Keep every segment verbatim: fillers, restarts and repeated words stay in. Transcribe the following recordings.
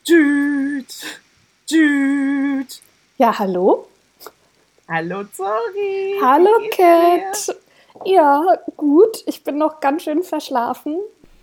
Dude, Dude. Ja, hallo? Hallo, Zori. Hallo, Cat. Ja, gut. Ich bin noch ganz schön verschlafen.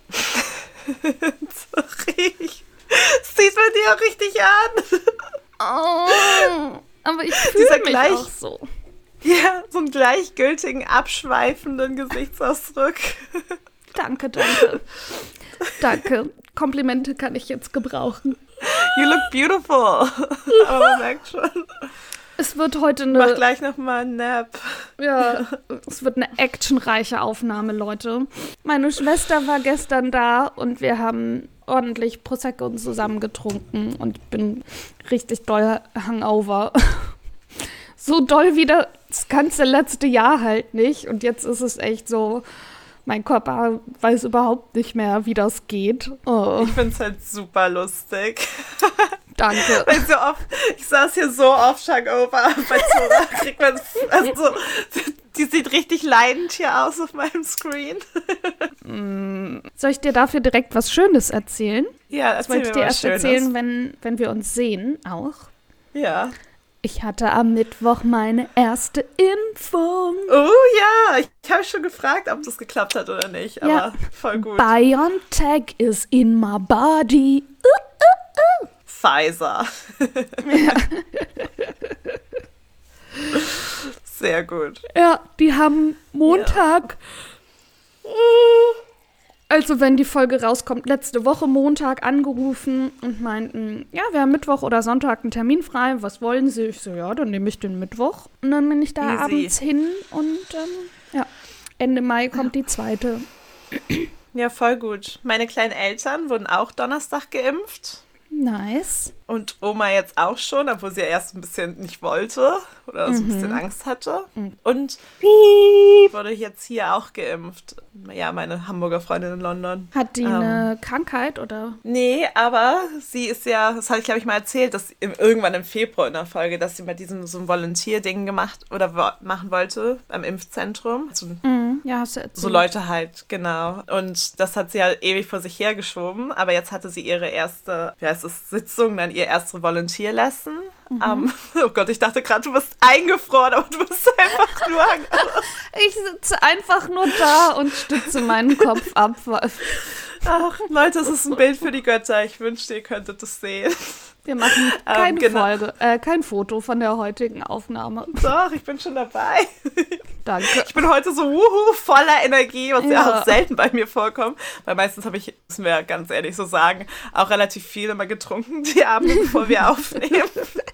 Zori, das sieht man dir auch richtig an. Oh, aber ich fühle mich gleich, auch so. Ja, so einen gleichgültigen, abschweifenden Gesichtsausdruck. Danke, danke. Danke. Komplimente kann ich jetzt gebrauchen. You look beautiful. Aber man merkt schon. Es wird heute eine... Mach gleich nochmal einen Nap. Ja, es wird eine actionreiche Aufnahme, Leute. Meine Schwester war gestern da und wir haben ordentlich Prosecco zusammen getrunken und ich bin richtig doll hangover. So doll wie das ganze letzte Jahr halt nicht. Und jetzt ist es echt so, mein Körper weiß überhaupt nicht mehr, wie das geht. Oh. Ich find's halt super lustig. Danke. Weil so oft, ich saß hier so oft Hangover bei Zora, kriegt man, also so, die sieht richtig leidend hier aus auf meinem Screen. Soll ich dir dafür direkt was Schönes erzählen? Ja, das wollte ich dir erst Schönes. erzählen, wenn, wenn wir uns sehen auch. Ja. Ich hatte am Mittwoch meine erste Impfung. Oh ja, ich, ich habe schon gefragt, ob das geklappt hat oder nicht, aber ja. Voll gut. BioNTech is in my body. Uh, uh, uh. Pfizer. Ja. Sehr gut. Ja, die haben Montag, ja. also wenn die Folge rauskommt, letzte Woche Montag angerufen und meinten, ja, wir haben Mittwoch oder Sonntag einen Termin frei, was wollen Sie? Ich so, ja, dann nehme ich den Mittwoch. Und dann bin ich da Easy. abends hin und ähm, ja, Ende Mai kommt die zweite. Ja, voll gut. Meine kleinen Eltern wurden auch Donnerstag geimpft. Nice. Und Oma jetzt auch schon, obwohl sie ja erst ein bisschen nicht wollte oder so ein bisschen mhm. Angst hatte. Mhm. Und Piep wurde jetzt hier auch geimpft. Ja, meine Hamburger Freundin in London. Hat die ähm, eine Krankheit oder? Nee, aber sie ist ja, das hatte ich glaube ich mal erzählt, dass im, irgendwann im Februar in der Folge, dass sie bei diesem so ein Volunteer-Ding gemacht oder wo, machen wollte beim Impfzentrum. Also, mhm. Ja, hast du erzählt. So Leute halt, genau. Und das hat sie ja ewig vor sich hergeschoben, aber jetzt hatte sie ihre erste, wie heißt es, Sitzung, dann ihr erste Volunteer-Lesson. Mhm. Um, oh Gott, ich dachte gerade, du bist eingefroren, aber du bist einfach nur... Ich sitze einfach nur da und stütze meinen Kopf ab. Ach, Leute, es ist ein Bild für die Götter. Ich wünschte, ihr könntet es sehen. Wir machen keine ähm, genau. Folge, äh, kein Foto von der heutigen Aufnahme. Doch, ich bin schon dabei. Danke. Ich bin heute so wuhu, voller Energie, was ja, ja auch selten bei mir vorkommt. Weil meistens habe ich, müssen wir ganz ehrlich so sagen, auch relativ viel immer getrunken, die Abende, bevor wir aufnehmen.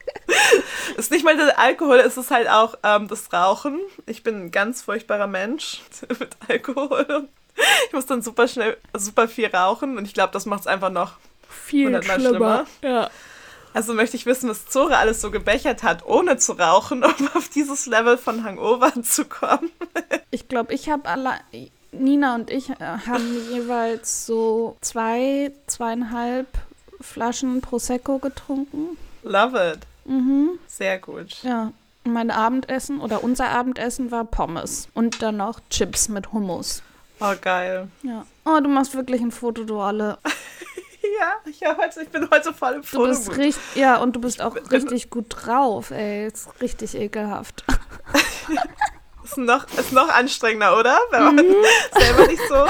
Ist nicht mal der Alkohol, es ist halt auch ähm, das Rauchen. Ich bin ein ganz furchtbarer Mensch mit Alkohol. Ich muss dann super schnell, super viel rauchen und ich glaube, das macht es einfach noch viel schlimmer. schlimmer. Ja. Also möchte ich wissen, was Zora alles so gebechert hat, ohne zu rauchen, um auf dieses Level von Hangover zu kommen. Ich glaube, ich habe alle, Nina und ich haben jeweils so zwei, zweieinhalb Flaschen Prosecco getrunken. Love it. Mhm. Sehr gut. Ja, mein Abendessen oder unser Abendessen war Pommes und dann noch Chips mit Hummus. Oh, geil. Ja. Oh, du machst wirklich ein Foto, du alle. Ja, ich, heute, ich bin heute voll im Foto. Du bist richtig, ja, und du bist auch bin, richtig gut drauf, ey. Ist richtig ekelhaft. Ist noch, ist noch anstrengender, oder? Wenn man mhm. selber nicht so...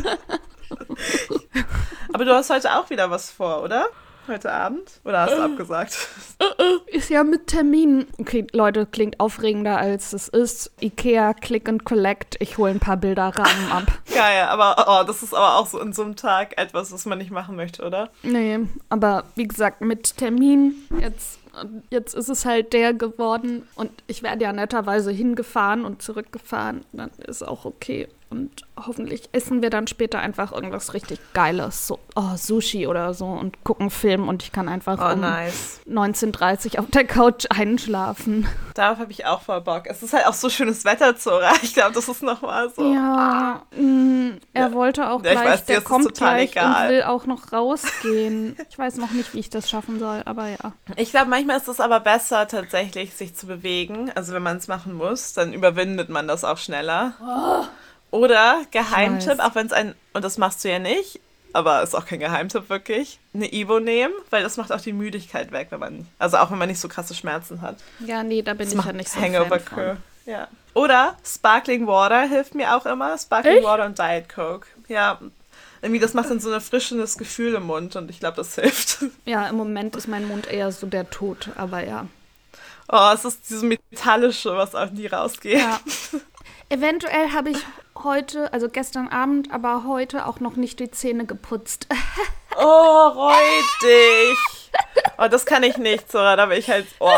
Aber du hast heute auch wieder was vor, oder? Heute Abend? Oder hast du äh, abgesagt? Äh, ist ja mit Termin. Okay, Leute, klingt aufregender, als es ist. Ikea, Click and Collect. Ich hole ein paar Bilderrahmen ab. Geil, aber oh, das ist aber auch so in so einem Tag etwas, was man nicht machen möchte, oder? Nee, aber wie gesagt, mit Termin, jetzt, jetzt ist es halt der geworden. Und ich werde ja netterweise hingefahren und zurückgefahren. Dann ist auch okay. Und hoffentlich essen wir dann später einfach irgendwas richtig Geiles, so oh, Sushi oder so und gucken Film und ich kann einfach oh, um nice. neunzehn Uhr dreißig auf der Couch einschlafen. Darauf habe ich auch voll Bock. Es ist halt auch so schönes Wetter, Zora. Ich glaube, das ist nochmal so. Ja, ah. mh, er ja. wollte auch ja, gleich, weiß, der kommt gleich egal. und will auch noch rausgehen. Ich weiß noch nicht, wie ich das schaffen soll, aber ja. Ich glaube, manchmal ist es aber besser, tatsächlich sich zu bewegen. Also wenn man es machen muss, dann überwindet man das auch schneller. Oh. Oder Geheimtipp, auch wenn es ein, und das machst du ja nicht, aber ist auch kein Geheimtipp wirklich, eine Ibo nehmen, weil das macht auch die Müdigkeit weg, wenn man, also auch wenn man nicht so krasse Schmerzen hat. Ja, nee, da bin das ich ja nicht so Hangover Fan von. Ja. Oder Sparkling Water hilft mir auch immer. Sparkling Echt? Water und Diet Coke. Ja, irgendwie das macht dann so ein erfrischendes Gefühl im Mund und ich glaube, das hilft. Ja, im Moment ist mein Mund eher so der Tod, aber ja. Oh, es ist dieses Metallische, was auch nie rausgeht. Ja. Eventuell habe ich heute, also gestern Abend, aber heute auch noch nicht die Zähne geputzt. Oh, räudig. Oh, das kann ich nicht, Zora. Da bin ich halt, oh.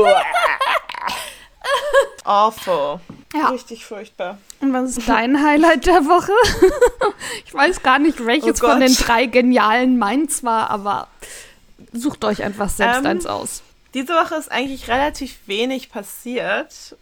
Awful. Ja. Richtig furchtbar. Und was ist dein Highlight der Woche? Ich weiß gar nicht, welches Oh von den Gott. drei genialen meins war, aber sucht euch einfach selbst Ähm, eins aus. Diese Woche ist eigentlich relativ wenig passiert.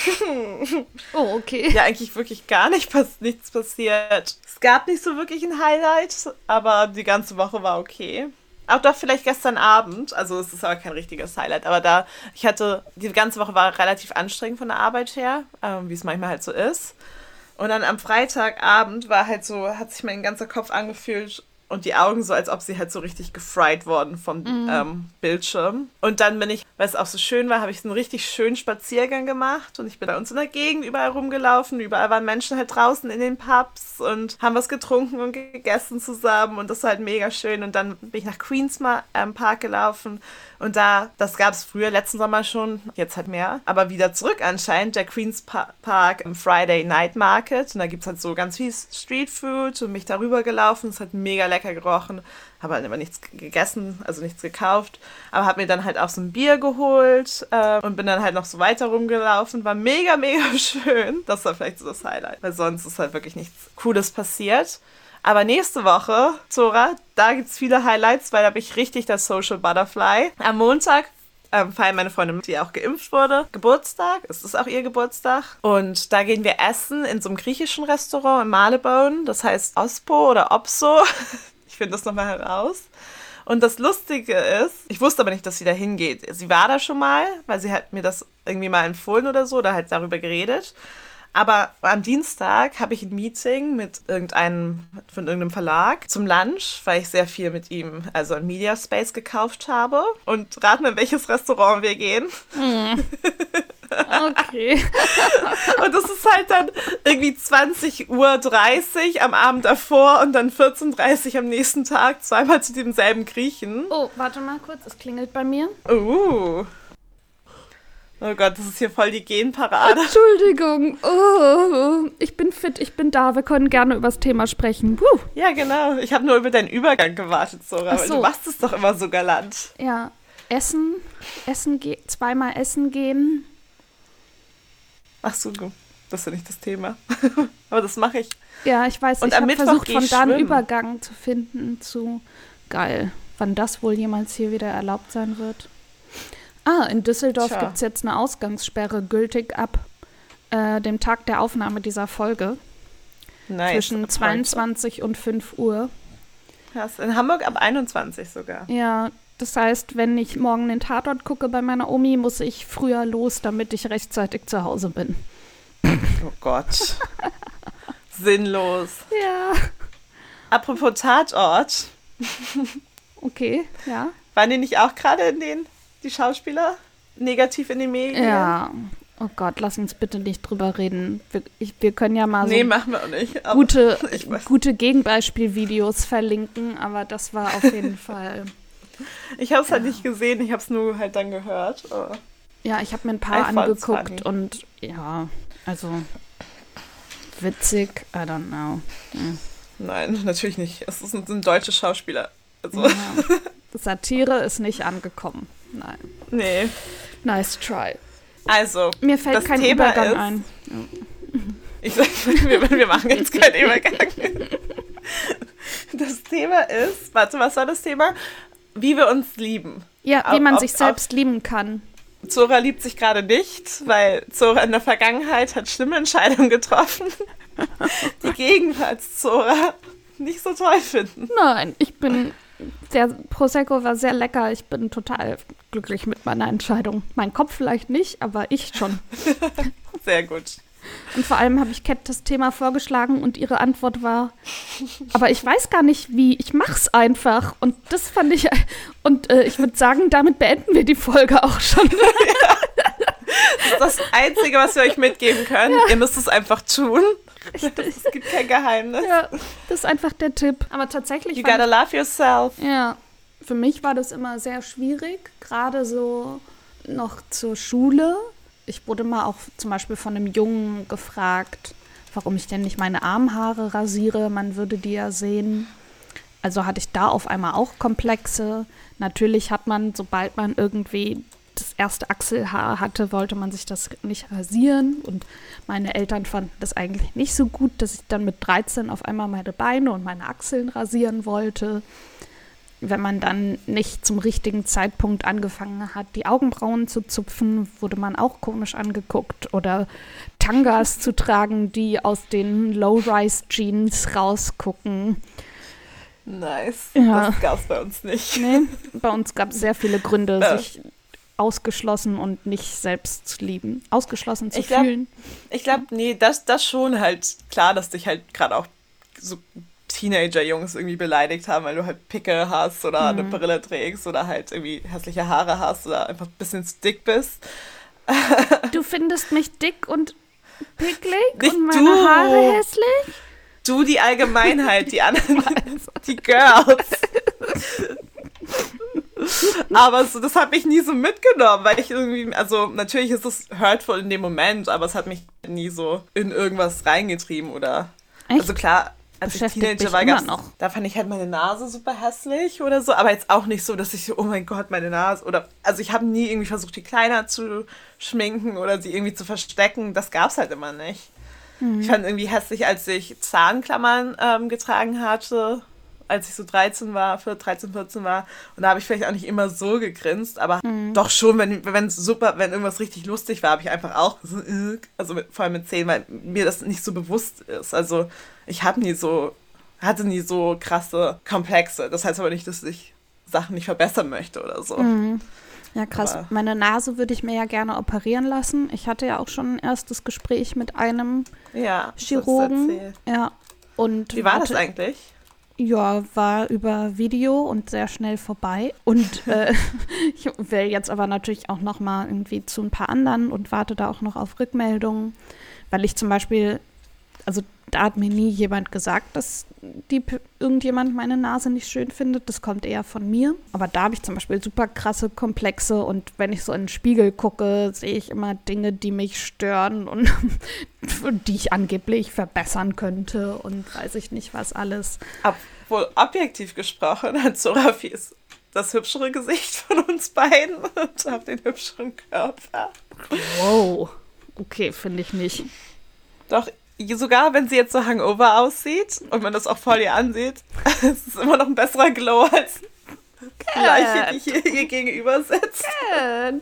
Oh, okay. Ja, eigentlich wirklich gar nicht pass- nichts passiert. Es gab nicht so wirklich ein Highlight, aber die ganze Woche war okay. Auch doch vielleicht gestern Abend, also es ist aber kein richtiges Highlight, aber da, ich hatte, die ganze Woche war relativ anstrengend von der Arbeit her, ähm, wie es manchmal halt so ist. Und dann am Freitagabend war halt so, hat sich mein ganzer Kopf angefühlt und die Augen so, als ob sie halt so richtig gefried wurden vom Mhm. ähm, Bildschirm. Und dann bin ich, weil es auch so schön war, habe ich so einen richtig schönen Spaziergang gemacht und ich bin bei uns in der Gegend überall rumgelaufen. Überall waren Menschen halt draußen in den Pubs und haben was getrunken und gegessen zusammen und das war halt mega schön. Und dann bin ich nach Queens ähm, Park gelaufen und da, das gab es früher, letzten Sommer schon, jetzt halt mehr, aber wieder zurück anscheinend, der Queens pa- Park im Friday Night Market und da gibt es halt so ganz viel Streetfood und mich darüber gelaufen, es hat mega lecker gerochen, habe halt aber nichts gegessen, also nichts gekauft, aber habe mir dann halt auch so ein Bier geholt äh, und bin dann halt noch so weiter rumgelaufen, war mega, mega schön, das war vielleicht so das Highlight, weil sonst ist halt wirklich nichts Cooles passiert. Aber nächste Woche, Zora, da gibt's viele Highlights, weil da bin ich richtig das Social Butterfly. Am Montag ähm, feiern meine Freundin, die auch geimpft wurde, Geburtstag. Es ist auch ihr Geburtstag. Und da gehen wir essen in so einem griechischen Restaurant in Marylebone. Das heißt Ospo oder Opso. Ich finde das nochmal heraus. Und das Lustige ist, ich wusste aber nicht, dass sie da hingeht. Sie war da schon mal, weil sie hat mir das irgendwie mal empfohlen oder so, oder halt darüber geredet. Aber am Dienstag habe ich ein Meeting mit irgendeinem, von irgendeinem Verlag zum Lunch, weil ich sehr viel mit ihm, also ein Media Space gekauft habe. Und rat mal, in welches Restaurant wir gehen. Okay. Und das ist halt dann irgendwie zwanzig Uhr dreißig am Abend davor und dann vierzehn Uhr dreißig am nächsten Tag, zweimal zu demselben Griechen. Oh, warte mal kurz, es klingelt bei mir. Uh. Oh Gott, das ist hier voll die Genparade. Entschuldigung. Oh, ich bin fit, ich bin da. Wir können gerne über das Thema sprechen. Puh. Ja, genau. Ich habe nur über deinen Übergang gewartet, Zora, Ach weil so. du machst es doch immer so galant. Ja, Essen, Essen ge- zweimal essen gehen. Ach so, das ist ja nicht das Thema. Aber das mache ich. Ja, ich weiß, Und ich am habe Mittwoch versucht, geh von ich da einen schwimmen. Übergang zu finden zu geil. Wann das wohl jemals hier wieder erlaubt sein wird. Ah, in Düsseldorf Tja. gibt es jetzt eine Ausgangssperre, gültig ab äh, dem Tag der Aufnahme dieser Folge. Nice. Zwischen Ab zweiundzwanzig und fünf Uhr. Krass. In Hamburg ab einundzwanzig sogar. Ja, das heißt, wenn ich morgen den Tatort gucke bei meiner Omi, muss ich früher los, damit ich rechtzeitig zu Hause bin. Oh Gott. Sinnlos. Ja. Apropos Tatort. Okay, ja. Waren die nicht auch gerade in den, die Schauspieler, negativ in den Medien? Ja. Oh Gott, lass uns bitte nicht drüber reden. Wir, ich, wir können ja mal so Nee, machen wir auch nicht. Aber gute, ich weiß. gute Gegenbeispielvideos verlinken, aber das war auf jeden Fall. Ich habe es halt nicht gesehen, ich habe es nur halt dann gehört. Oh. Ja, ich habe mir ein paar I found it's angeguckt funny. und ja, also witzig, I don't know. Hm. Nein, natürlich nicht. Es sind, sind deutsche Schauspieler. Also, Ja. Satire ist nicht angekommen. Nein. nee. Nice try. Also, Mir fällt das kein Thema Übergang ist, ein. Ich sag, wir, wir machen jetzt keinen Übergang. Das Thema ist, warte, was war das Thema? Wie wir uns lieben. Ja, wie Ob- man ob- sich selbst lieben kann. Zora liebt sich gerade nicht, weil Zora in der Vergangenheit hat schlimme Entscheidungen getroffen, die Gegenwarts-Zora nicht so toll finden. Nein, ich bin. Der Prosecco war sehr lecker. Ich bin total glücklich mit meiner Entscheidung. Mein Kopf vielleicht nicht, aber ich schon. Sehr gut. Und vor allem habe ich Cat das Thema vorgeschlagen und ihre Antwort war, aber ich weiß gar nicht wie, ich mach's einfach. Und das fand ich, und äh, ich würde sagen, damit beenden wir die Folge auch schon. Ja. Das ist das Einzige, was wir euch mitgeben können. Ja. Ihr müsst es einfach tun. Richtig. Es gibt kein Geheimnis. Ja, das ist einfach der Tipp. Aber tatsächlich. You gotta love yourself. Ja, für mich war das immer sehr schwierig, gerade so noch zur Schule. Ich wurde mal auch zum Beispiel von einem Jungen gefragt, warum ich denn nicht meine Armhaare rasiere. Man würde die ja sehen. Also hatte ich da auf einmal auch Komplexe. Natürlich hat man, sobald man irgendwie das erste Achselhaar hatte, wollte man sich das nicht rasieren. Und meine Eltern fanden das eigentlich nicht so gut, dass ich dann mit dreizehn auf einmal meine Beine und meine Achseln rasieren wollte. Wenn man dann nicht zum richtigen Zeitpunkt angefangen hat, die Augenbrauen zu zupfen, wurde man auch komisch angeguckt. Oder Tangas zu tragen, die aus den Low-Rise-Jeans rausgucken. Nice. Ja. Das gab es bei uns nicht. Nee, bei uns gab es sehr viele Gründe, Ja. sich ausgeschlossen und nicht selbst zu lieben. Ausgeschlossen zu Ich glaub- fühlen. Ich glaube, nee, das, das schon halt klar, dass dich halt gerade auch so Teenager-Jungs irgendwie beleidigt haben, weil du halt Pickel hast oder eine Brille trägst oder halt irgendwie hässliche Haare hast oder einfach ein bisschen zu dick bist. Du findest mich dick und picklig Nicht und meine du. Haare hässlich? Du, die Allgemeinheit, die anderen, die Girls. Aber so, das hat mich nie so mitgenommen, weil ich irgendwie, also natürlich ist es hurtful in dem Moment, aber es hat mich nie so in irgendwas reingetrieben oder, Echt? also klar, als ich Beschäftigt Teenager dich war, immer gab's, noch. da fand ich halt meine Nase super hässlich oder so, aber jetzt auch nicht so, dass ich so, oh mein Gott, meine Nase, oder, also ich habe nie irgendwie versucht, die kleiner zu schminken oder sie irgendwie zu verstecken, das gab's halt immer nicht. Ich fand irgendwie hässlich, als ich Zahnklammern ähm, getragen hatte, als ich so dreizehn war, dreizehn, vierzehn war. Und da habe ich vielleicht auch nicht immer so gegrinst, aber doch schon, wenn wenn super, wenn irgendwas richtig lustig war, habe ich einfach auch so, äh, also mit, vor allem mit zehn, weil mir das nicht so bewusst ist. Also ich habe nie so, hatte nie so krasse Komplexe. Das heißt aber nicht, dass ich Sachen nicht verbessern möchte oder so. Ja, krass. Aber- Meine Nase würde ich mir ja gerne operieren lassen. Ich hatte ja auch schon ein erstes Gespräch mit einem Ja, das hast du Chirurgen. erzählt. Ja. Und Wie war das warte- eigentlich? Ja, war über Video und sehr schnell vorbei. Und äh, ich will jetzt aber natürlich auch noch mal irgendwie zu ein paar anderen und warte da auch noch auf Rückmeldungen, weil ich zum Beispiel, also da hat mir nie jemand gesagt, dass die, irgendjemand meine Nase nicht schön findet. Das kommt eher von mir. Aber da habe ich zum Beispiel super krasse Komplexe und wenn ich so in den Spiegel gucke, sehe ich immer Dinge, die mich stören und die ich angeblich verbessern könnte und weiß ich nicht was alles. Obwohl objektiv gesprochen hat Sophie das hübschere Gesicht von uns beiden und hat den hübscheren Körper. Wow. Okay, finde ich nicht. Doch, sogar wenn sie jetzt so Hangover aussieht und man das auch voll ihr ansieht, es ist immer noch ein besserer Glow als die Leiche, die hier ihr gegenüber sitzt. Äh,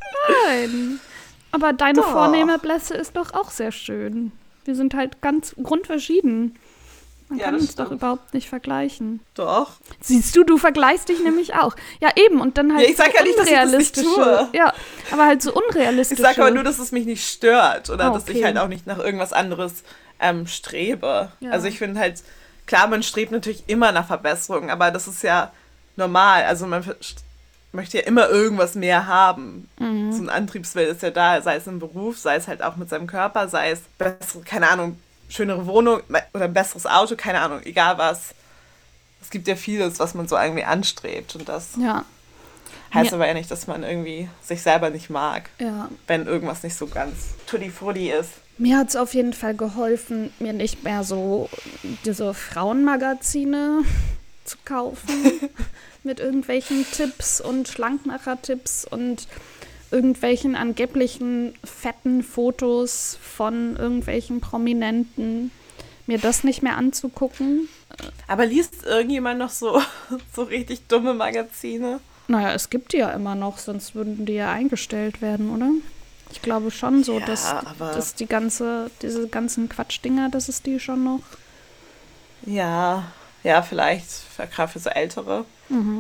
nein. Aber deine Doch. vornehme Blässe ist doch auch sehr schön. Wir sind halt ganz grundverschieden. Man Ja, kann das uns doch stimmt. überhaupt nicht vergleichen. Doch. Siehst du, du vergleichst dich nämlich auch. Ja, eben. Und dann halt Ja, ich sag so ja nicht, dass ich das nicht unrealistische. tue. Ja, aber halt so unrealistische. Ich sage aber nur, dass es mich nicht stört oder Ah, dass ich okay. halt auch nicht nach irgendwas anderes ähm, strebe. Ja. Also ich finde halt, klar, man strebt natürlich immer nach Verbesserung, aber das ist ja normal. Also man ver- möchte ja immer irgendwas mehr haben. Mhm. So ein Antriebswille ist ja da, sei es im Beruf, sei es halt auch mit seinem Körper, sei es bessere, keine Ahnung, schönere Wohnung oder ein besseres Auto, keine Ahnung, egal was. Es gibt ja vieles, was man so irgendwie anstrebt und das Ja, heißt Ja. aber ja nicht, dass man irgendwie sich selber nicht mag, ja. wenn irgendwas nicht so ganz tutti-frutti ist. Mir hat es auf jeden Fall geholfen, mir nicht mehr so diese Frauenmagazine zu kaufen mit irgendwelchen Tipps und Schlankmacher-Tipps und irgendwelchen angeblichen fetten Fotos von irgendwelchen Prominenten. Mir das nicht mehr anzugucken. Aber liest irgendjemand noch so, so richtig dumme Magazine? Naja, es gibt die ja immer noch, sonst würden die ja eingestellt werden, oder? Ich glaube schon so, Ja, dass, aber- dass die ganze, diese ganzen Quatschdinger, dass es die schon noch. Ja, ja, vielleicht für, gerade für so Ältere. Mhm.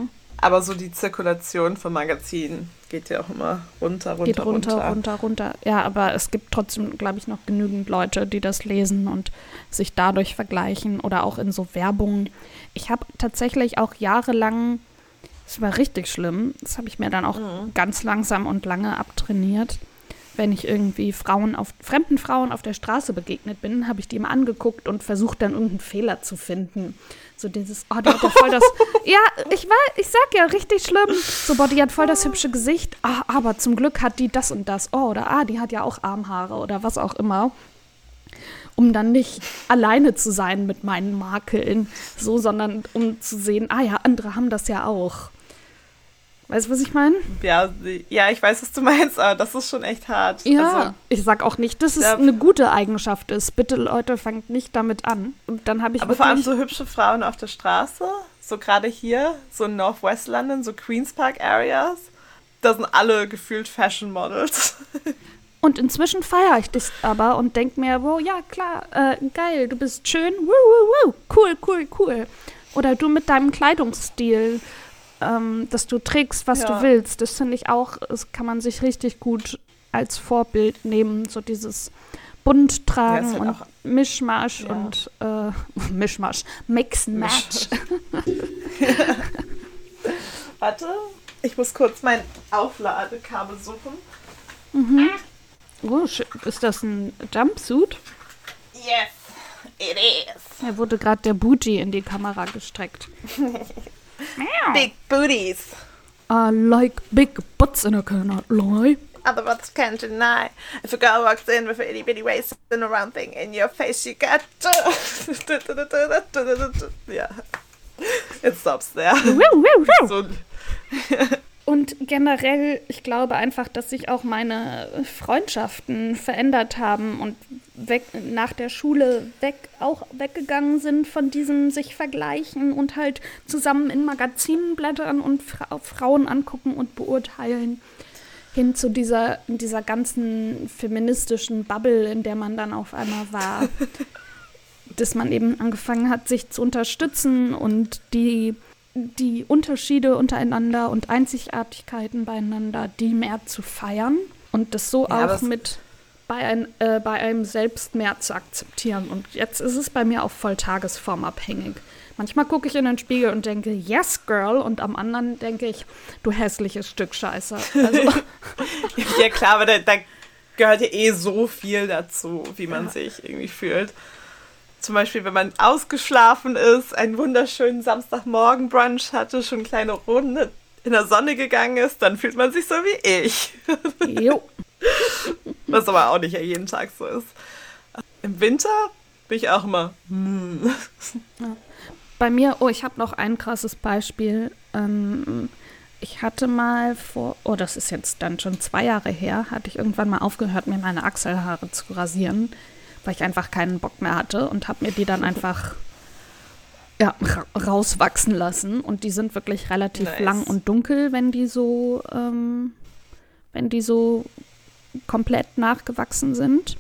Aber so die Zirkulation von Magazinen geht ja auch immer runter, runter, geht runter, runter. runter, runter. Ja, aber es gibt trotzdem, glaube ich, noch genügend Leute, die das lesen und sich dadurch vergleichen oder auch in so Werbung. Ich habe tatsächlich auch jahrelang, das war richtig schlimm, das habe ich mir dann auch mhm. ganz langsam und lange abtrainiert. Wenn ich irgendwie Frauen auf, fremden Frauen auf der Straße begegnet bin, habe ich die immer angeguckt und versucht dann irgendeinen Fehler zu finden. So dieses, oh, die hat ja voll das, ja, ich war, ich sag ja, richtig schlimm. So, boah, die hat voll das hübsche Gesicht, ah, aber zum Glück hat die das und das. Oh, oder ah, die hat ja auch Armhaare oder was auch immer. Um dann nicht alleine zu sein mit meinen Makeln, so, sondern um zu sehen, ah ja, andere haben das ja auch. Weißt du, was ich meine? Ja, ja, ich weiß, was du meinst, aber das ist schon echt hart. Ja, also, ich sag auch nicht, dass es ja, eine gute Eigenschaft ist. Bitte, Leute, fangt nicht damit an. Und dann habe ich aber vor allem so hübsche Frauen auf der Straße, so gerade hier, so in Northwest London, so Queen's Park Areas, da sind alle gefühlt Fashion Models. Und inzwischen feiere ich das aber und denke mir, wow, ja, klar, äh, geil, du bist schön, woo, woo, woo, cool, cool, cool. Oder du mit deinem Kleidungsstil, Ähm, dass du trägst, was ja. du willst. Das finde ich auch, das kann man sich richtig gut als Vorbild nehmen, so dieses bunt tragen ja, und auch Mischmasch ja. und äh, Mischmasch, Mix and Match. Warte, ich muss kurz mein Aufladekabel suchen. Mhm. Oh, ist das ein Jumpsuit? Yes, it is. Da wurde gerade der Booty in die Kamera gestreckt. Big booties. I like big butts and I cannot lie. Other brothers can't deny. If a girl walks in with an itty bitty waist and a round thing in your face, you got ja. It stops there. So. Und generell, ich glaube einfach, dass sich auch meine Freundschaften verändert haben und weg, nach der Schule weg, auch weggegangen sind von diesem sich vergleichen und halt zusammen in Magazinen blättern und Fra- Frauen angucken und beurteilen, hin zu dieser, dieser ganzen feministischen Bubble, in der man dann auf einmal war. Dass man eben angefangen hat, sich zu unterstützen und die die Unterschiede untereinander und Einzigartigkeiten beieinander, die mehr zu feiern und das so ja, auch mit bei, ein, äh, bei einem selbst mehr zu akzeptieren. Und jetzt ist es bei mir auch voll tagesformabhängig. Manchmal gucke ich in den Spiegel und denke, yes, girl, und am anderen denke ich, du hässliches Stück Scheiße. Also ja klar, aber da, da gehört ja eh so viel dazu, wie man ja. sich irgendwie fühlt. Zum Beispiel, wenn man ausgeschlafen ist, einen wunderschönen Samstagmorgen-Brunch hatte, schon eine kleine Runde in der Sonne gegangen ist, dann fühlt man sich so wie ich. Jo. Was aber auch nicht ja jeden Tag so ist. Im Winter bin ich auch immer mm. ja. Bei mir, oh, ich habe noch ein krasses Beispiel. Ähm, ich hatte mal vor, oh, das ist jetzt dann schon zwei Jahre her, hatte ich irgendwann mal aufgehört, mir meine Achselhaare zu rasieren, weil ich einfach keinen Bock mehr hatte und habe mir die dann einfach ja, ra- rauswachsen lassen. Und die sind wirklich relativ nice. lang und dunkel, wenn die so, ähm, wenn die so komplett nachgewachsen sind.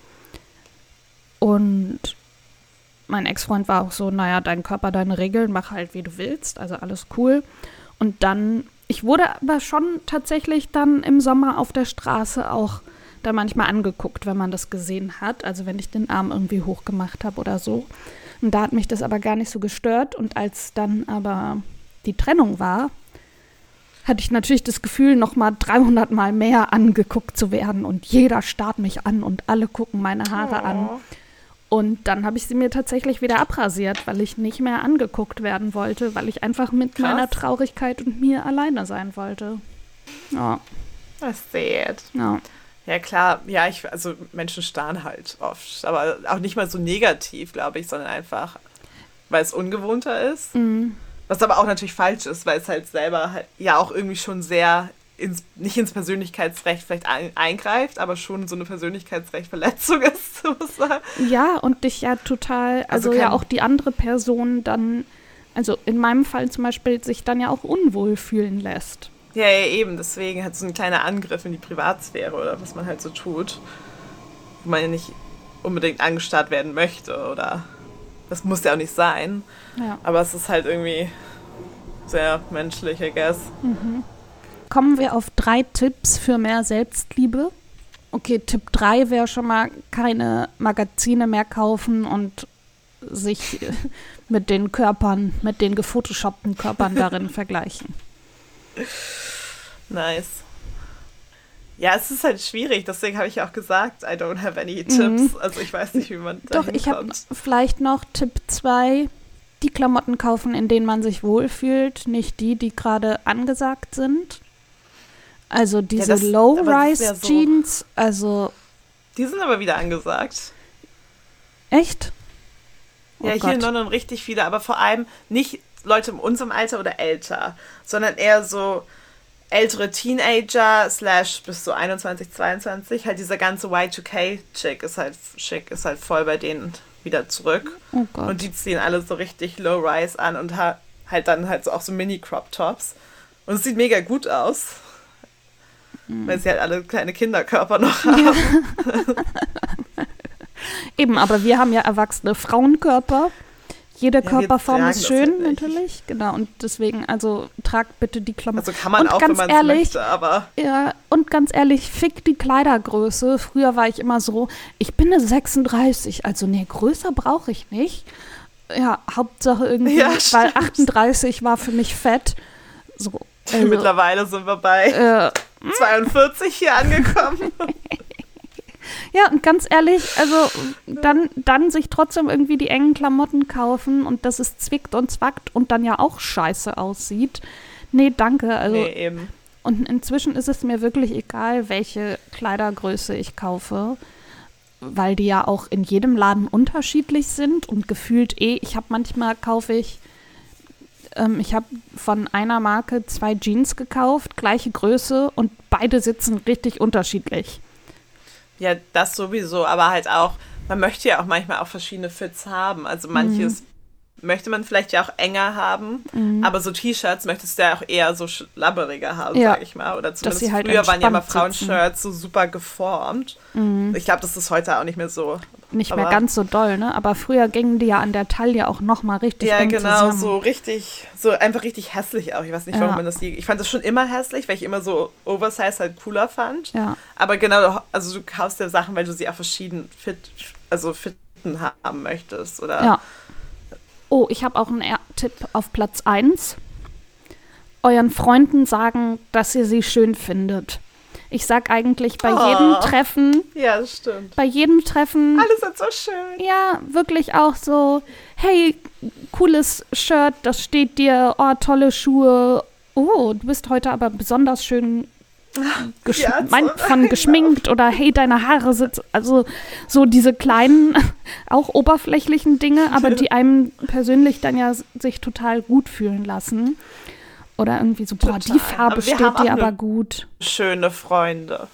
Und mein Ex-Freund war auch so, naja, dein Körper, deine Regeln, mach halt, wie du willst, also alles cool. Und dann, ich wurde aber schon tatsächlich dann im Sommer auf der Straße auch da manchmal angeguckt, wenn man das gesehen hat, also wenn ich den Arm irgendwie hochgemacht habe oder so. Und da hat mich das aber gar nicht so gestört. Und als dann aber die Trennung war, hatte ich natürlich das Gefühl, noch mal dreihundert Mal mehr angeguckt zu werden. Und jeder starrt mich an und alle gucken meine Haare oh. an. Und dann habe ich sie mir tatsächlich wieder abrasiert, weil ich nicht mehr angeguckt werden wollte, weil ich einfach mit Krass. meiner Traurigkeit und mir alleine sein wollte. Ja. Das ist sad. Ja. Ja, klar, ja, ich, also Menschen starren halt oft, aber auch nicht mal so negativ, glaube ich, sondern einfach, weil es ungewohnter ist. Mhm. Was aber auch natürlich falsch ist, weil es halt selber halt ja auch irgendwie schon sehr, ins, nicht ins Persönlichkeitsrecht vielleicht ein, eingreift, aber schon so eine Persönlichkeitsrechtverletzung ist, so muss man sagen. Ja, und dich ja total, also, also ja auch die andere Person dann, also in meinem Fall zum Beispiel, sich dann ja auch unwohl fühlen lässt. Ja, ja, eben, deswegen hat so ein kleiner Angriff in die Privatsphäre oder was man halt so tut, wo man ja nicht unbedingt angestarrt werden möchte oder das muss ja auch nicht sein, ja. aber es ist halt irgendwie, sehr menschlich, I guess. Mhm. Kommen wir auf drei Tipps für mehr Selbstliebe. Okay, Tipp drei wäre schon mal keine Magazine mehr kaufen und sich mit den Körpern, mit den gefotoshoppten Körpern darin vergleichen. Nice. Ja, es ist halt schwierig, deswegen habe ich ja auch gesagt, I don't have any tips. Mhm. Also ich weiß nicht, wie man da Doch, ich habe vielleicht noch Tipp zwei, die Klamotten kaufen, in denen man sich wohlfühlt, nicht die, die gerade angesagt sind. Also diese ja, Low-Rise-Jeans, so, also... Die sind aber wieder angesagt. Echt? Oh ja, Gott. Hier in London richtig viele, aber vor allem nicht Leute in unserem Alter oder älter, sondern eher so ältere Teenager slash bis so einundzwanzig, zweiundzwanzig. Halt dieser ganze Y zwei K-Chick ist halt schick, ist halt voll bei denen wieder zurück. Oh Gott. Und die ziehen alle so richtig Low-Rise an und ha- halt dann halt so auch so Mini-Crop-Tops. Und es sieht mega gut aus. Mhm. Weil sie halt alle kleine Kinderkörper noch haben. Ja. Eben, aber wir haben ja erwachsene Frauenkörper. Jede ja, Körperform ist schön, halt natürlich. Genau, und deswegen, also tragt bitte die Klamotten. Also kann man und auch, wenn man es möchte, aber... Ja, und ganz ehrlich, fick die Kleidergröße. Früher war ich immer so, ich bin eine sechsunddreißig, also nee, größer brauche ich nicht. Ja, Hauptsache irgendwie, ja, weil achtunddreißig war für mich fett. So, also, mittlerweile sind wir bei äh, zweiundvierzig hier angekommen. Ja, und ganz ehrlich, also dann, dann sich trotzdem irgendwie die engen Klamotten kaufen und dass es zwickt und zwackt und dann ja auch scheiße aussieht. Nee, danke. Also, nee, eben. Und inzwischen ist es mir wirklich egal, welche Kleidergröße ich kaufe, weil die ja auch in jedem Laden unterschiedlich sind und gefühlt eh, ich habe manchmal kaufe ich, ähm, ich habe von einer Marke zwei Jeans gekauft, gleiche Größe und beide sitzen richtig unterschiedlich. Ja, das sowieso, aber halt auch, man möchte ja auch manchmal auch verschiedene Fits haben. Also manches mhm. möchte man vielleicht ja auch enger haben, mhm. aber so T-Shirts möchtest du ja auch eher so schlabberiger haben, ja. sag ich mal. Oder zumindest halt früher waren ja immer sitzen. Frauenshirts so super geformt. Mhm. Ich glaube, das ist heute auch nicht mehr so. Nicht mehr ganz so doll, ne? Aber früher gingen die ja an der Taille auch nochmal richtig ja, eng genau, zusammen. so richtig, so einfach richtig hässlich auch. Ich weiß nicht, warum ja. man das nie... Ich fand das schon immer hässlich, weil ich immer so Oversize halt cooler fand. Ja. Aber genau, also du kaufst ja Sachen, weil du sie auch verschieden fit, also fitten haben möchtest, oder? Ja. Oh, ich habe auch einen Tipp auf Platz eins. Euren Freunden sagen, dass ihr sie schön findet. Ich sag eigentlich bei oh. jedem Treffen. Ja, das stimmt. Bei jedem Treffen. Alles sind so schön. Ja, wirklich auch so, hey, cooles Shirt, das steht dir, oh, tolle Schuhe. Oh, du bist heute aber besonders schön gesch- ja, mein, von geschminkt oder hey, deine Haare sitzen. Also so diese kleinen, auch oberflächlichen Dinge, aber die einem persönlich dann ja sich total gut fühlen lassen. Oder irgendwie so, boah, die Farbe steht dir aber gut. Schöne Freunde.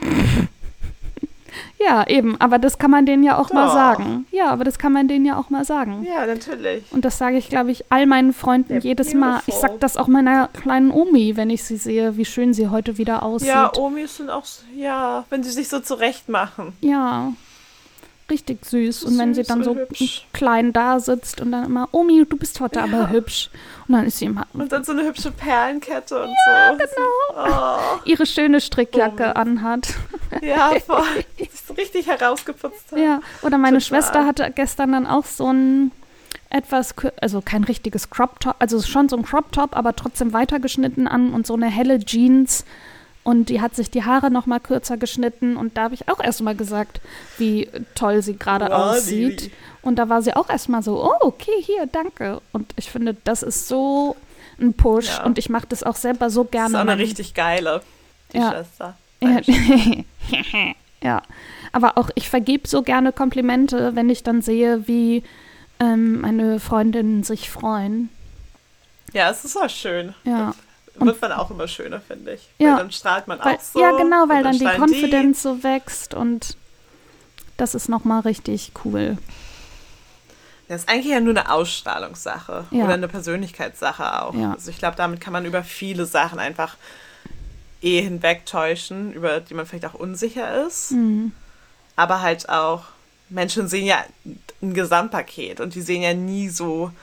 Ja, eben, aber das kann man denen ja auch oh. mal sagen. Ja, aber das kann man denen ja auch mal sagen. Ja, natürlich. Und das sage ich, glaube ich, all meinen Freunden ja, jedes beautiful. Mal. Ich sage das auch meiner kleinen Omi, wenn ich sie sehe, wie schön sie heute wieder aussieht. Ja, Omis sind auch, ja, wenn sie sich so zurecht machen. Ja, richtig süß. Und süß wenn sie dann so hübsch. Klein da sitzt und dann immer, Omi, du bist heute ja. aber hübsch. Und dann ist sie immer... Und dann so eine hübsche Perlenkette und ja, so. genau. Oh. Ihre schöne Strickjacke oh. anhat. Ja, voll. Sich so richtig herausgeputzt hat. Ja, oder meine Total. Schwester hatte gestern dann auch so ein etwas, also kein richtiges Crop-Top, also schon so ein Crop-Top, aber trotzdem weitergeschnitten an und so eine helle Jeans. Und die hat sich die Haare noch mal kürzer geschnitten. Und da habe ich auch erst mal gesagt, wie toll sie gerade oh, aussieht. Lili. Und da war sie auch erst mal so, oh, okay, hier, danke. Und ich finde, das ist so ein Push. Ja. Und ich mache das auch selber so gerne. Das ist auch eine richtig geile, die ja. Schwester. Ja. ja, aber auch ich vergebe so gerne Komplimente, wenn ich dann sehe, wie ähm, meine Freundinnen sich freuen. Ja, es ist auch schön. Ja. Wird man auch immer schöner, finde ich. Ja, weil dann strahlt man weil, auch so. Ja, genau, weil dann, dann die Konfidenz so wächst und das ist nochmal richtig cool. Das ist eigentlich ja nur eine Ausstrahlungssache ja. oder eine Persönlichkeitssache auch. Ja. Also ich glaube, damit kann man über viele Sachen einfach eh hinwegtäuschen, über die man vielleicht auch unsicher ist. Mhm. Aber halt auch, Menschen sehen ja ein Gesamtpaket und die sehen ja nie so,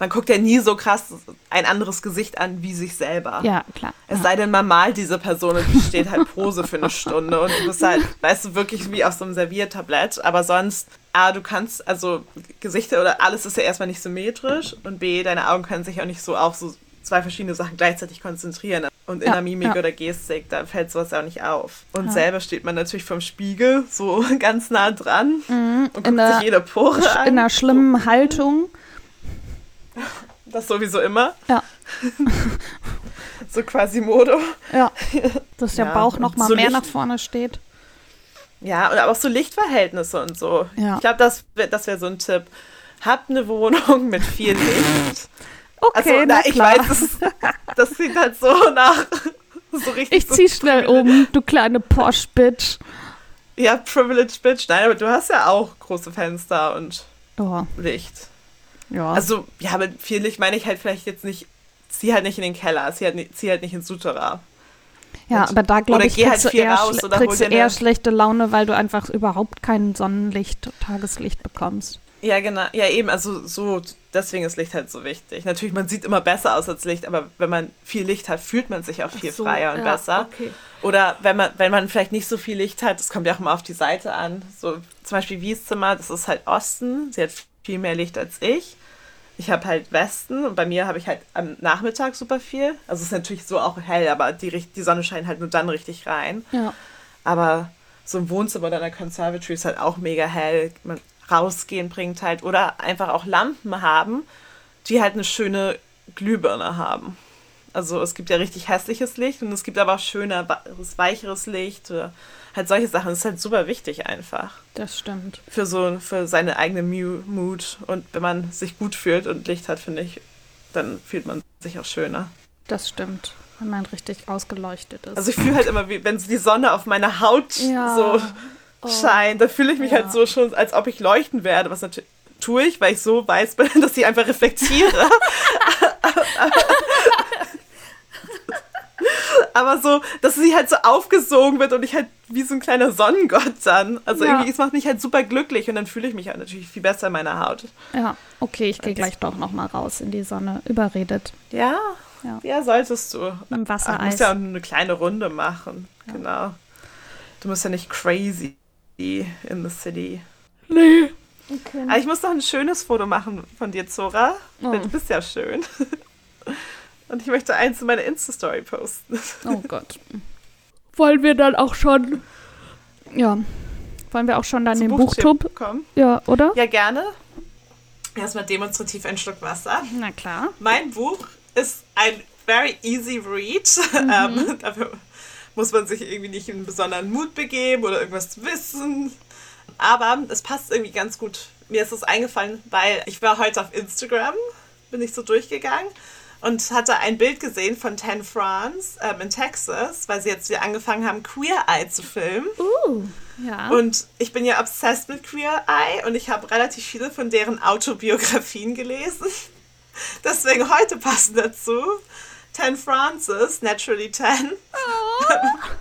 man guckt ja nie so krass ein anderes Gesicht an wie sich selber. Ja, klar. Es ja. sei denn, man malt diese Person und die steht halt Pose für eine Stunde und du bist halt, weißt du, wirklich wie auf so einem Serviertablett. Aber sonst, A, du kannst, also Gesichter oder alles ist ja erstmal nicht symmetrisch und B, deine Augen können sich auch nicht so auf so zwei verschiedene Sachen gleichzeitig konzentrieren. Und in ja, der Mimik ja. oder Gestik, da fällt sowas auch nicht auf. Und ja. selber steht man natürlich vorm Spiegel so ganz nah dran mhm. und guckt in der, sich jede Pore sch- an. In einer schlimmen so. Haltung. Das sowieso immer. Ja. So Quasimodo. Ja, dass der ja, Bauch noch mal so mehr Licht- nach vorne steht. Ja, und aber auch so Lichtverhältnisse und so. Ja. Ich glaube, das wäre das wär so ein Tipp. Habt eine Wohnung mit viel Licht. Okay, also, na na, ich klar. weiß, das, das sieht halt so nach so richtig. Ich zieh schnell um, du kleine Posh-Bitch. Ja, Privileged Bitch. Nein, aber du hast ja auch große Fenster und Oh, Licht. ja. Also, ja, mit viel Licht meine ich halt vielleicht jetzt nicht, zieh halt nicht in den Keller, zieh halt nicht, zieh halt nicht ins Souterrain. ja, und- aber da glaube oder ich, geh halt kriegst, du, viel eher, raus schle- oder hol kriegst dir du eher eine- schlechte Laune, weil du einfach überhaupt kein Sonnenlicht, Tageslicht bekommst. Ja, genau. Ja, eben, also so, deswegen ist Licht halt so wichtig. Natürlich, man sieht immer besser aus als Licht, aber wenn man viel Licht hat, fühlt man sich auch viel Ach so, freier und ja, besser. okay. Oder wenn man, wenn man vielleicht nicht so viel Licht hat, das kommt ja auch immer auf die Seite an. So zum Beispiel Wies Zimmer, das ist halt Osten, sie hat viel mehr Licht als ich. Ich habe halt Westen und bei mir habe ich halt am Nachmittag super viel. Also es ist natürlich so auch hell, aber die, richt- die Sonne scheint halt nur dann richtig rein. Ja. Aber so ein Wohnzimmer oder eine Conservatory ist halt auch mega hell. Man rausgehen bringt halt. Oder einfach auch Lampen haben, die halt eine schöne Glühbirne haben. Also es gibt ja richtig hässliches Licht und es gibt aber auch schöneres, weicheres Licht. Oder halt solche Sachen. Das ist halt super wichtig einfach. Das stimmt. Für so für seine eigene Mu- Mood. Und wenn man sich gut fühlt und Licht hat, finde ich, dann fühlt man sich auch schöner. Das stimmt. Wenn man richtig ausgeleuchtet ist. Also ich fühle halt immer, wie wenn so die Sonne auf meine Haut Ja. so Oh. scheint, da fühle ich mich Ja. halt so schon, als ob ich leuchten werde, was natürlich tue ich, weil ich so weiß bin, dass ich einfach reflektiere. Aber so, dass sie halt so aufgesogen wird und ich halt wie so ein kleiner Sonnengott dann. Also Ja. irgendwie, es macht mich halt super glücklich und dann fühle ich mich halt natürlich viel besser in meiner Haut. Ja, okay, ich gehe gleich doch noch mal raus in die Sonne. Überredet. Ja, Ja. ja, solltest du. Mit dem Ach, du Wassereis. musst ja auch eine kleine Runde machen. Genau. Du musst ja nicht crazy in the city. Nee. Okay. Aber ich muss noch ein schönes Foto machen von dir, Zora. Oh. Weil du bist ja schön. Und ich möchte eins in meine Insta-Story posten. Oh Gott. Wollen wir dann auch schon... Ja. Wollen wir auch schon dann Zum den Buchtub? kommen. Ja, oder? Ja, gerne. Erstmal demonstrativ ein Schluck Wasser. Na klar. Mein Buch ist ein very easy read. Mhm. Ähm, dafür muss man sich irgendwie nicht in einen besonderen Mut begeben oder irgendwas wissen. Aber es passt irgendwie ganz gut. Mir ist es eingefallen, weil ich war heute auf Instagram, bin ich so durchgegangen und hatte ein Bild gesehen von Ten France ähm, in Texas, weil sie jetzt wieder angefangen haben, Queer Eye zu filmen. Uh, ja. Und ich bin ja obsessed mit Queer Eye und ich habe relativ viele von deren Autobiografien gelesen. Deswegen heute passen dazu Ten Frances, Naturally Ten. Oh.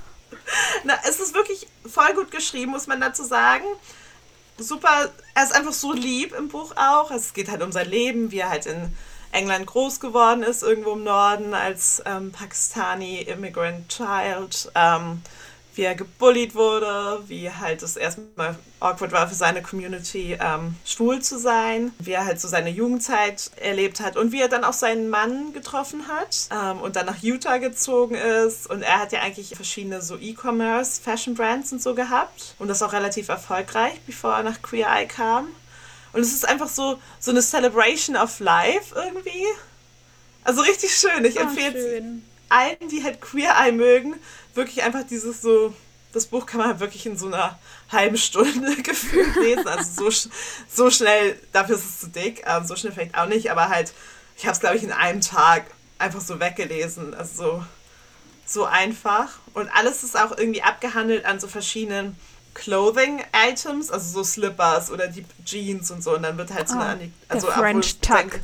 Na, es ist wirklich voll gut geschrieben, muss man dazu sagen. Super, er ist einfach so lieb im Buch auch. Es geht halt um sein Leben, wie er halt in England groß geworden ist, irgendwo im Norden als ähm, Pakistani Immigrant Child. Ähm, wie er gebullied wurde, wie halt es erstmal awkward war für seine Community, ähm, schwul zu sein, wie er halt so seine Jugendzeit erlebt hat und wie er dann auch seinen Mann getroffen hat ähm, und dann nach Utah gezogen ist. Und er hat ja eigentlich verschiedene so E-Commerce, Fashion-Brands und so gehabt und das auch relativ erfolgreich, bevor er nach Queer Eye kam. Und es ist einfach so, so eine Celebration of Life irgendwie. Also richtig schön. Ich Oh, empfehle es schön. allen, die halt Queer Eye mögen, wirklich einfach dieses so, das Buch kann man halt wirklich in so einer halben Stunde gefühlt lesen, also so, sch- so schnell, dafür ist es zu dick, ähm, so schnell vielleicht auch nicht, aber halt, ich habe es glaube ich in einem Tag einfach so weggelesen, also so, so einfach und alles ist auch irgendwie abgehandelt an so verschiedenen Clothing-Items, also so Slippers oder die Jeans und so und dann wird halt so Ah, eine, Anek- der also French obwohl- Tuck.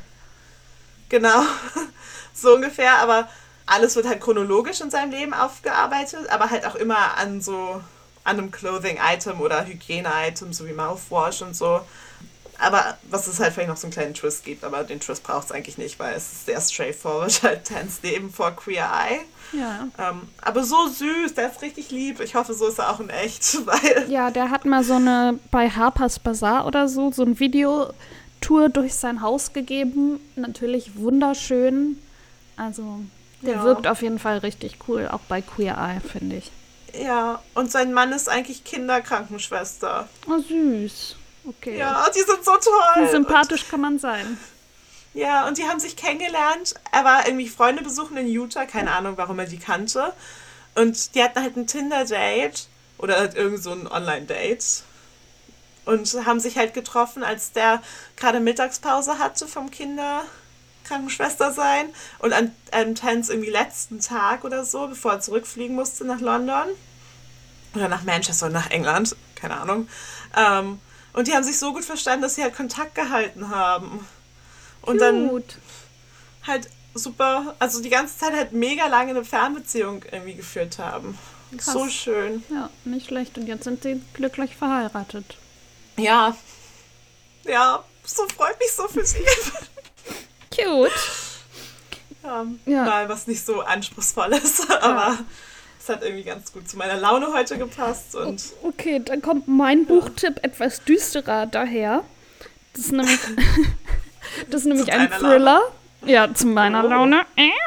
Genau, so ungefähr, aber alles wird halt chronologisch in seinem Leben aufgearbeitet, aber halt auch immer an so, an einem Clothing-Item oder Hygiene-Item, so wie Mouthwash und so. aber was es halt vielleicht noch so einen kleinen Twist gibt, aber den Twist braucht es eigentlich nicht, weil es ist sehr straightforward, halt Tans Leben vor Queer Eye. Ja. Ähm, aber so süß, der ist richtig lieb. Ich hoffe, so ist er auch in echt, weil... Ja, der hat mal so eine, bei Harper's Bazaar oder so, so ein Videotour durch sein Haus gegeben. Natürlich wunderschön. Also, der ja. wirkt auf jeden Fall richtig cool, auch bei Queer Eye, finde ich. Ja, und sein Mann ist eigentlich Kinderkrankenschwester. Oh, süß. Okay. Ja, die sind so toll. Wie sympathisch und, kann man sein. Ja, und die haben sich kennengelernt. Er war irgendwie Freunde besuchen in Utah. Keine Ahnung, warum er die kannte. Und die hatten halt ein Tinder-Date oder halt irgend so ein Online-Date. Und haben sich halt getroffen, als der gerade Mittagspause hatte vom Kinderkrankenschwester sein. Und an, an Tans irgendwie letzten Tag oder so, bevor er zurückfliegen musste nach London. Oder nach Manchester oder nach England. Keine Ahnung. Ähm, Und die haben sich so gut verstanden, dass sie halt Kontakt gehalten haben. Und dann halt super, also die ganze Zeit halt mega lange eine Fernbeziehung irgendwie geführt haben. Krass. So schön. Ja, nicht schlecht. Und jetzt sind sie glücklich verheiratet. Ja. Ja, so freut mich so für sie. Cute. Ja, ja. Mal was nicht so anspruchsvolles, aber... Ja. Hat irgendwie ganz gut zu meiner Laune heute gepasst. Und okay, dann kommt mein Buchtipp ja. etwas düsterer daher. Das ist nämlich, das ist nämlich ein Thriller. Laune. Ja, zu meiner oh. Laune.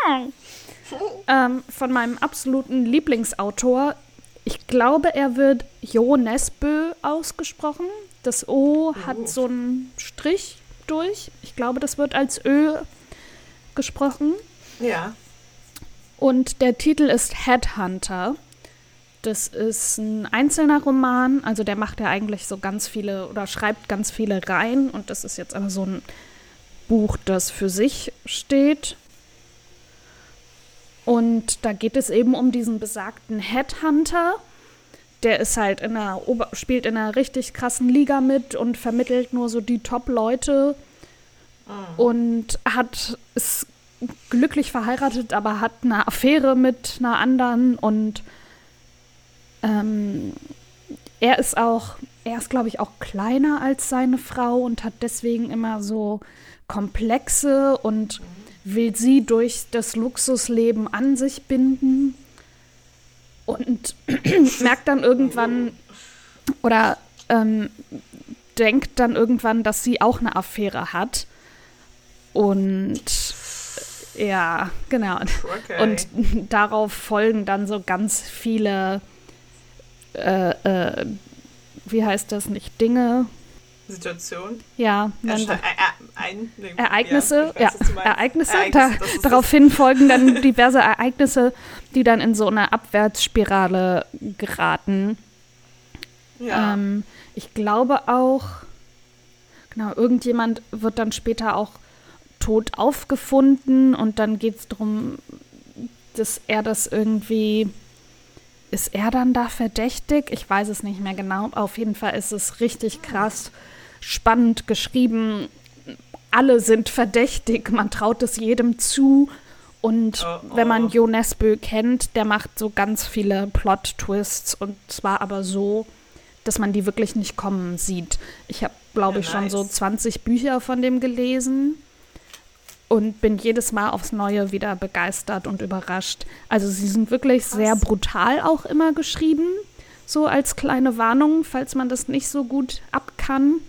ähm, von meinem absoluten Lieblingsautor. Ich glaube, er wird Jo Nesbø ausgesprochen. Das O oh. hat so einen Strich durch. Ich glaube, das wird als Ö gesprochen. Ja. Und der Titel ist Headhunter. Das ist ein einzelner Roman, also der macht ja eigentlich so ganz viele oder schreibt ganz viele Reihen und das ist jetzt aber so ein Buch, das für sich steht. Und da geht es eben um diesen besagten Headhunter. Der ist halt in einer, spielt in einer richtig krassen Liga mit und vermittelt nur so die Top-Leute oh. und hat es glücklich verheiratet, aber hat eine Affäre mit einer anderen und ähm, er ist auch, er ist glaube ich auch kleiner als seine Frau und hat deswegen immer so Komplexe und will sie durch das Luxusleben an sich binden und merkt dann irgendwann oder ähm, denkt dann irgendwann, dass sie auch eine Affäre hat und ja, genau. Okay. Und darauf folgen dann so ganz viele, äh, äh, wie heißt das nicht, Dinge? Situationen? Ja. Ersche- ein, nee, Ereignisse, ja, weiß, ja Ereignisse. Ereignisse da, daraufhin das. folgen dann diverse Ereignisse, die dann in so eine Abwärtsspirale geraten. Ja. Ähm, ich glaube auch, genau, irgendjemand wird dann später auch tot aufgefunden und dann geht es darum, dass er das irgendwie, ist er dann da verdächtig? Ich weiß es nicht mehr genau. Auf jeden Fall ist es richtig krass, spannend geschrieben. Alle sind verdächtig, man traut es jedem zu und oh, oh. wenn man Jo Nesbø kennt, der macht so ganz viele Plot-Twists und zwar aber so, dass man die wirklich nicht kommen sieht. Ich habe, glaube ich, ja, nice. schon so zwanzig Bücher von dem gelesen. Und bin jedes Mal aufs Neue wieder begeistert und überrascht. Also sie sind wirklich Krass. sehr brutal auch immer geschrieben. So als kleine Warnung, falls man das nicht so gut ab kann.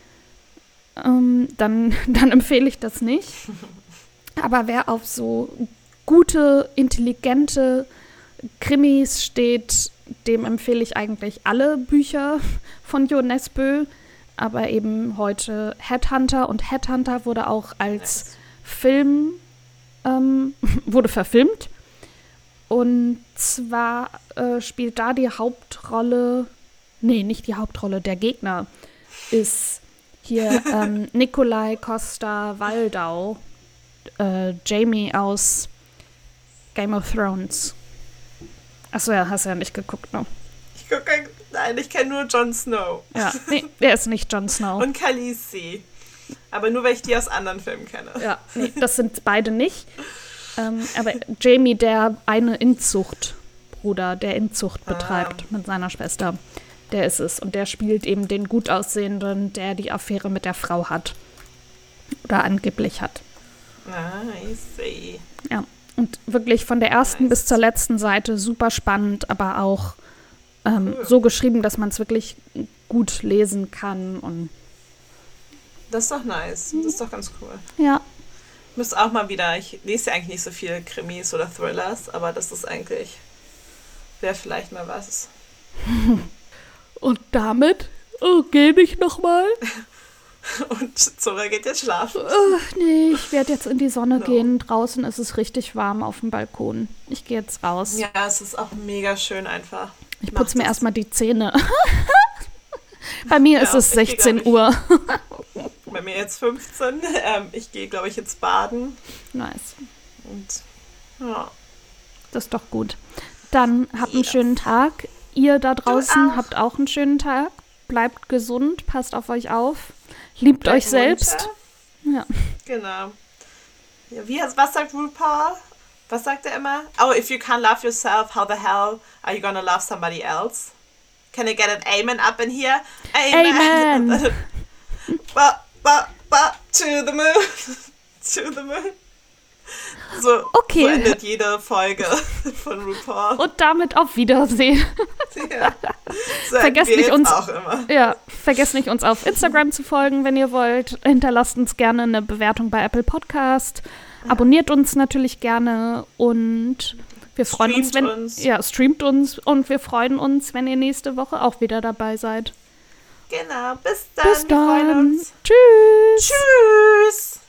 Ähm, dann, dann empfehle ich das nicht. Aber wer auf so gute, intelligente Krimis steht, dem empfehle ich eigentlich alle Bücher von Jo Nesbø. Aber eben heute Headhunter. Und Headhunter wurde auch als nice. Film ähm, wurde verfilmt und zwar äh, spielt da die Hauptrolle, nee, nicht die Hauptrolle, der Gegner ist hier ähm, Nikolai Coster-Waldau, äh, Jamie aus Game of Thrones. Achso, ja, hast du ja nicht geguckt, ne? Ich gucke, nein, ich kenne nur Jon Snow. Ja, nee, der ist nicht Jon Snow. Und Khaleesi. Aber nur, weil ich die aus anderen Filmen kenne. Ja, nee, das sind beide nicht. Ähm, aber Jamie, der eine Inzuchtbruder, der Inzucht betreibt ah. mit seiner Schwester. der ist es. Und der spielt eben den gut aussehenden, der die Affäre mit der Frau hat. Oder angeblich hat. Ah, I see. Ja, und wirklich von der ersten Nice. bis zur letzten Seite super spannend, aber auch ähm, Cool. so geschrieben, dass man es wirklich gut lesen kann. Und Das ist doch nice. Das ist doch ganz cool. ja, Ich muss auch mal wieder, ich lese ja eigentlich nicht so viele Krimis oder Thrillers, aber das ist eigentlich, wäre vielleicht mal was. und damit oh, gehe ich nochmal. Und Zora geht jetzt schlafen. Oh, nee, ich werde jetzt in die Sonne No. gehen. Draußen ist es richtig warm auf dem Balkon. Ich gehe jetzt raus. Ja, es ist auch mega schön einfach. Ich Mach putze mir das. erstmal die Zähne. Bei mir Ja, ist es ich geh, sechzehn glaub Uhr. Bei mir jetzt fünfzehn. Ähm, ich gehe, glaube ich, jetzt baden. Nice. Und ja. Das ist doch gut. Dann habt einen Ja. schönen Tag. Ihr da draußen auch. habt auch einen schönen Tag. Bleibt gesund, passt auf euch auf. Liebt Bleibt euch selbst. munter. Ja. Genau. Ja, wie, was sagt RuPaul? Was sagt er immer? Oh, if you can't love yourself, how the hell are you gonna love somebody else? Can I get an amen up in here? Amen. ba, ba, ba, to the moon. To the moon. So, Okay. so endet jede Folge von RuPaul. Und damit auf Wiedersehen. Ja. So Vergesst enden wir nicht, jetzt uns- auch immer. Ja, vergesst nicht, uns auf Instagram zu folgen, wenn ihr wollt. Hinterlasst uns gerne eine Bewertung bei Apple Podcast. Abonniert uns natürlich gerne und wir freuen uns, wenn Streamt uns. ja, streamt uns und wir freuen uns, wenn ihr nächste Woche auch wieder dabei seid. Genau, bis dann. Bis Wir freuen dann. uns. Tschüss. Tschüss.